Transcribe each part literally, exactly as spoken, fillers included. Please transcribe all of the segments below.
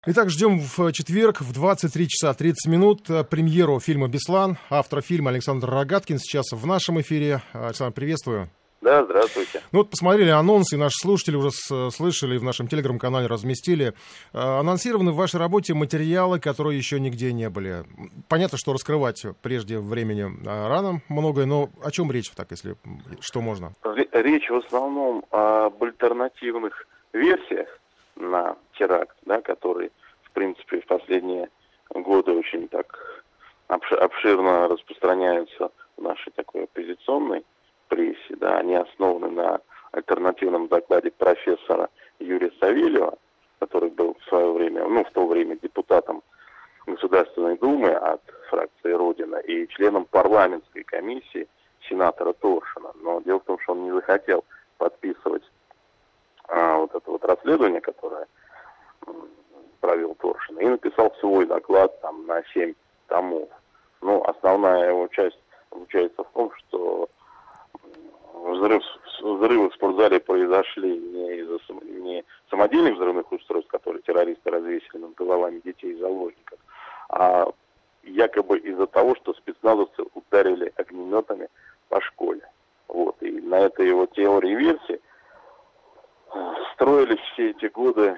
Итак, ждем в четверг в двадцать три часа тридцать минут премьеру фильма «Беслан». Автор фильма Александр Рогаткин сейчас в нашем эфире. Александр, приветствую. Да, здравствуйте. Ну вот посмотрели анонс, и наши слушатели уже слышали, в нашем телеграм-канале разместили. Анонсированы в вашей работе материалы, которые еще нигде не были. Понятно, что раскрывать прежде времени рано многое, но о чем речь, так, если что можно? Речь в основном об альтернативных версиях на теракт, да, который, в принципе, в последние годы очень так обширно распространяются в нашей такой оппозиционной прессе, да, они основаны на альтернативном докладе профессора Юрия Савельева, который был в свое время, ну, в то время депутатом Государственной Думы от фракции Родина и членом парламентской комиссии сенатора Торшина. Но дело в том, что он не захотел подписывать а, вот это вот расследование, которое м, провел Торшин, и написал свой доклад там на семь томов. Ну, основная его часть заключается в том, что Взрыв, взрывы в спортзале произошли не из-за не самодельных взрывных устройств, которые террористы развесили над головами детей и заложников, а якобы из-за того, что спецназовцы ударили огнеметами по школе. Вот. И на этой его теории версии строились все эти годы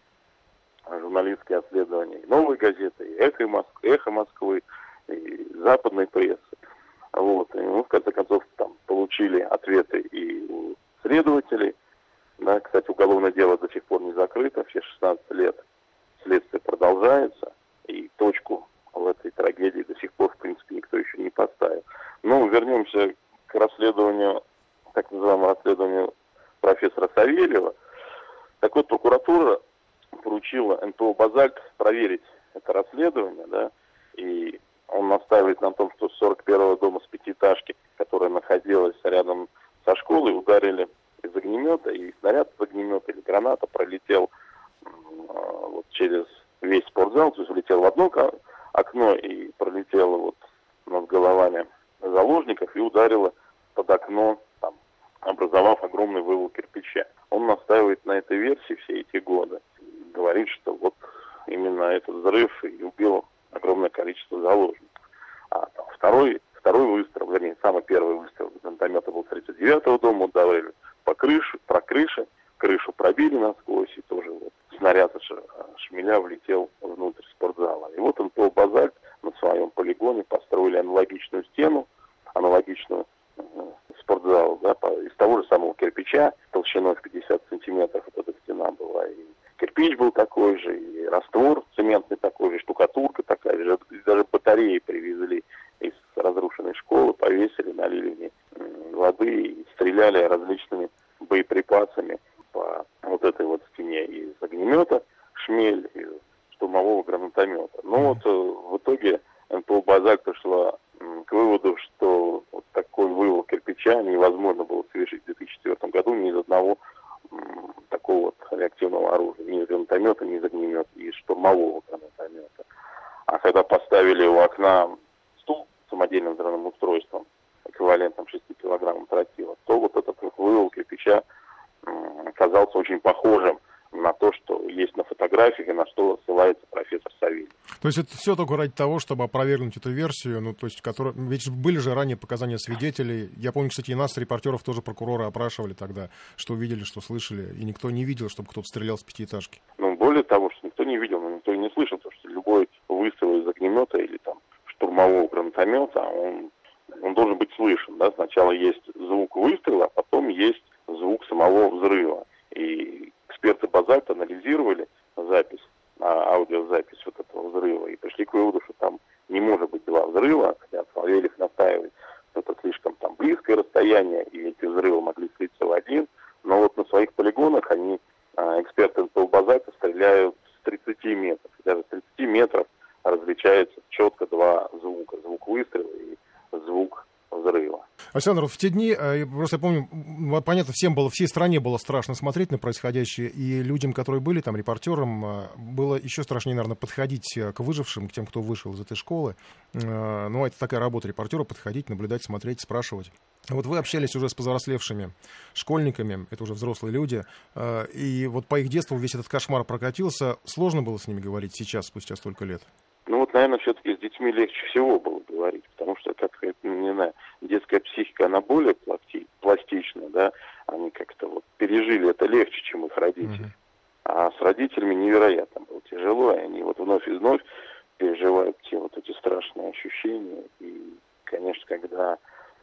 журналистские исследования и «Новой газеты», и «Эхо Москвы», «Эхо Москвы», и западной прессы. Вот. И, ну, в конце концов, там получили ответы и у следователей. Да, кстати, уголовное дело до сих пор не закрыто, все шестнадцать лет следствие продолжается, и точку в этой трагедии до сих пор, в принципе, никто еще не поставил. Но вернемся к расследованию, так называемому расследованию профессора Савельева. Так вот, прокуратура поручила эн пэ о «Базальт» проверить это расследование, да, и он настаивает на том, что с сорок первого дома с пятиэтажки, которая находилась рядом со школой, ударили из огнемета, и снаряд из огнемета или граната пролетел э, вот, через весь спортзал, то есть влетел в одно окно и пролетело вот над головами заложников и ударило под окно, там, образовав огромный вывал кирпича. Он настаивает на этой версии все эти годы. Говорит, что вот именно этот взрыв и убил огромное количество заложников. А там, второй, второй выстрел, вернее, самый первый выстрел гранатомета был с тридцать девятого дома, ударили по крыше, про крыши, крышу пробили насквозь, и тоже вот снаряд от шмеля влетел внутрь спортзала. И вот эн пэ о «Базальт» на своем полигоне построили аналогичную стену, аналогичную э, спортзалу, да, по, из того же самого кирпича, толщиной в пятьдесят сантиметров вот эта стена была, и кирпич был такой же, и раствор цементный такой же, штукатурка такая же, даже батареи привезли из разрушенной школы, повесили, налили в ней воды и стреляли различными боеприпасами по вот этой вот стене из огнемета, шмель, из штурмового гранатомета. Но вот в итоге эн пэ о «Базальт» пришла к выводу, что вот такой вывал кирпича невозможно было совершить в две тысячи четвёртом году ни из одного такого вот реактивного оружия, ни из гранатомета, ни из огнемета, ни из штурмового гранатомета. А когда поставили у окна стул с самодельным взрывным устройством, эквивалентом шести килограммам тротила, то вот этот вывал кирпича оказался очень похожим на то, что есть на фотографиях и на что ссылается профессор Савельев. То есть это все только ради того, чтобы опровергнуть эту версию, ну, то есть, которая... Ведь были же ранее показания свидетелей. Я помню, кстати, и нас, репортеров, тоже прокуроры опрашивали тогда, что видели, что слышали, и никто не видел, чтобы кто-то стрелял с пятиэтажки. Ну, более того, что никто не видел, но никто и не слышал, потому что любой выстрел из огнемета или там штурмового гранатомета, он, он должен быть слышен, да. Сначала есть звук выстрела, а потом есть звук самого взрыва. И эксперты «Базальт» анализировали запись, аудиозапись вот этого взрыва и пришли к выводу, что там не может быть два взрыва, хотя Савельев настаивает, что это слишком там близкое расстояние, и эти взрывы могли слиться в один. Но вот на своих полигонах они, эксперты эн пэ о «Базальт», стреляют с тридцати метров. И даже с тридцати метров различается четко два звука. Звук выстрела и звук взрыва. Александр, в те дни, просто я помню, понятно, всем было, всей стране было страшно смотреть на происходящее, и людям, которые были там, репортерам, было еще страшнее, наверное, подходить к выжившим, к тем, кто вышел из этой школы. Ну, это такая работа репортера — подходить, наблюдать, смотреть, спрашивать. Вот вы общались уже с повзрослевшими школьниками, это уже взрослые люди, и вот по их детству весь этот кошмар прокатился. Сложно было с ними говорить сейчас, спустя столько лет? Ну вот, наверное, все-таки с детьми легче всего было говорить, потому что, как, не знаю, детская психика, она более пластична, да, они как-то вот пережили это легче, чем их родители. Mm-hmm. А с родителями невероятно было тяжело, и они вот вновь и вновь переживают те вот эти страшные ощущения. И, конечно, когда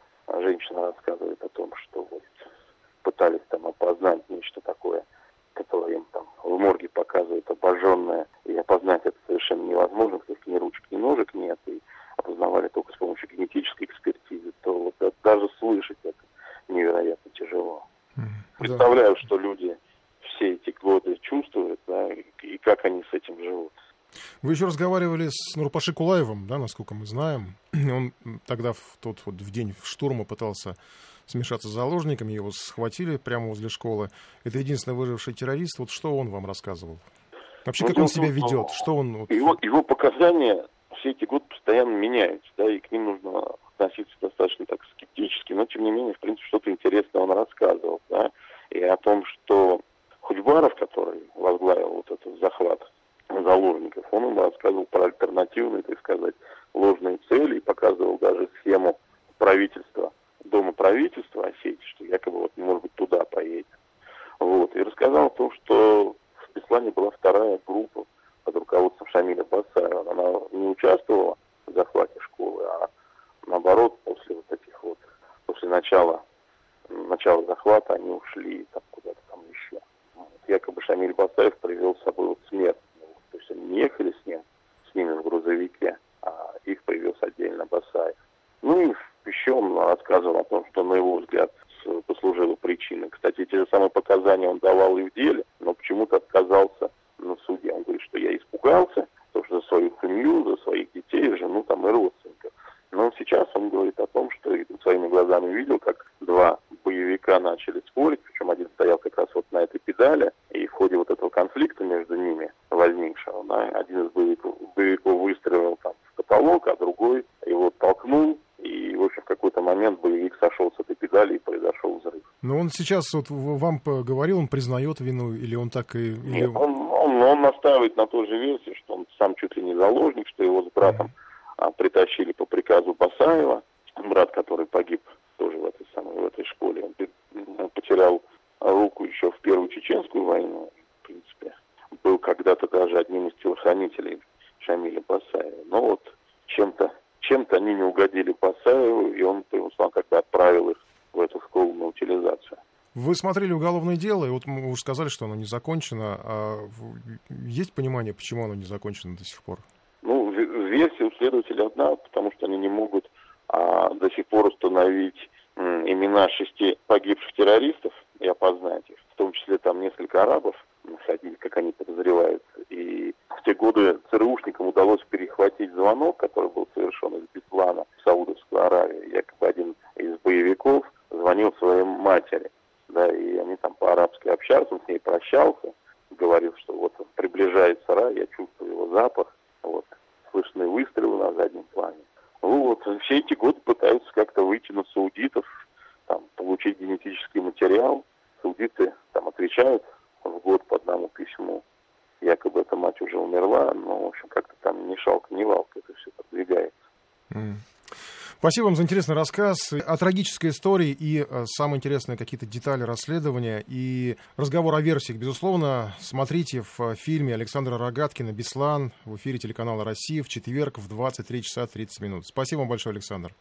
женщина рассказывает о том, что вот пытались там опознать нечто такое, которое им там в морге показывают обожженное, и опознать это совершенно невозможно, потому что ни ручек, ни ножек нет, и опознавали только с помощью генетической экспертизы, то вот это, даже слышать это невероятно тяжело. Mm, Представляю, да. что люди все эти годы чувствуют, да, и, и как они с этим живут. Вы еще разговаривали с Нурпаши Кулаевым, да, насколько мы знаем. Он тогда в тот вот в день штурма пытался смешаться с заложниками, его схватили прямо возле школы. Это единственный выживший террорист. Вот что он вам рассказывал? Вообще, ну, как он себя ведет? Что он... Его, его показания все эти годы постоянно меняются, да, и к ним нужно относиться достаточно так скептически. Но, тем не менее, в принципе, что-то интересное он рассказывал, да, и о том, что Худьбаров, который возглавил вот этот захват заложников, он им рассказывал про альтернативные, так сказать, ложные цели и показывал даже схему правительства, дома правительства Осетии, что якобы вот, может быть, туда поедет. Вот. И рассказал о том, что в Беслане была вторая группа под руководством Шамиля Басаева. Она не участвовала в захвате школы, а наоборот, после вот этих вот, после начала, начала захвата они ушли там, куда-то там еще. Вот. Якобы Шамиль Басаев привел с собой вот смерть. То есть они не ехали с ним, с ними в грузовике, а их привез отдельно Басаев. Ну и еще он рассказывал о том, что, на его взгляд, послужило причиной. Кстати, те же самые показания он давал и в деле, но почему-то отказался на суде. Он говорит, что я испугался, потому что за свою семью, за своих детей, жену там и родственников. Но сейчас он говорит о том, что своими глазами видел, как два боевика начали спорить, причем один стоял как раз вот на этой педали, и в ходе вот этого конфликта между ними возникшего, да, один из боевиков, боевиков выстрелил там в потолок, а другой его толкнул, и, в общем, в какой-то момент боевик сошел с этой педали, и произошел взрыв. Но он сейчас вот вам говорил, он признает вину, или он так и... Или... Нет, он, он, он настаивает на той же версии, что он сам чуть ли не заложник, что его с братом mm-hmm. притащили по приказу Басаева. Брат, который погиб тоже в этой самой, в этой школе, он потерял руку еще в Первую Чеченскую войну, в принципе, был когда-то даже одним из телохранителей Шамиля Басаева. Но вот чем-то, чем-то они не угодили Басаеву, и он, по его словам, как-то отправил их в эту школу на утилизацию. Вы смотрели уголовное дело, и вот мы уже сказали, что оно не закончено. А есть понимание, почему оно не закончено до сих пор? Ну, версия у следователя одна, потому что они не могут а, до сих пор установить м, имена шести погибших террористов и опознать их. В том числе там несколько арабов находили, как они подозревают. И в те годы ЦРУшникам удалось перехватить звонок, который был совершен из Беслана в Саудовскую Аравию. Якобы один из боевиков звонил своей матери. Да, и они там по-арабски общались, он с ней прощался, говорил, что вот приближается рай, я чувствую его запах, вот, слышны выстрелы на заднем плане. Ну вот, все эти годы пытаются как-то выйти на саудитов, там, получить генетический материал. Саудиты там отвечают в год по одному письму, якобы эта мать уже умерла, но, в общем, как-то там ни шалка, ни валка это все продвигается. Mm. Спасибо вам за интересный рассказ о трагической истории и самые интересные какие-то детали расследования и разговор о версиях. Безусловно, смотрите в фильме Александра Рогаткина «Беслан» в эфире телеканала «Россия» в четверг в двадцать три часа тридцать минут. Спасибо вам большое, Александр.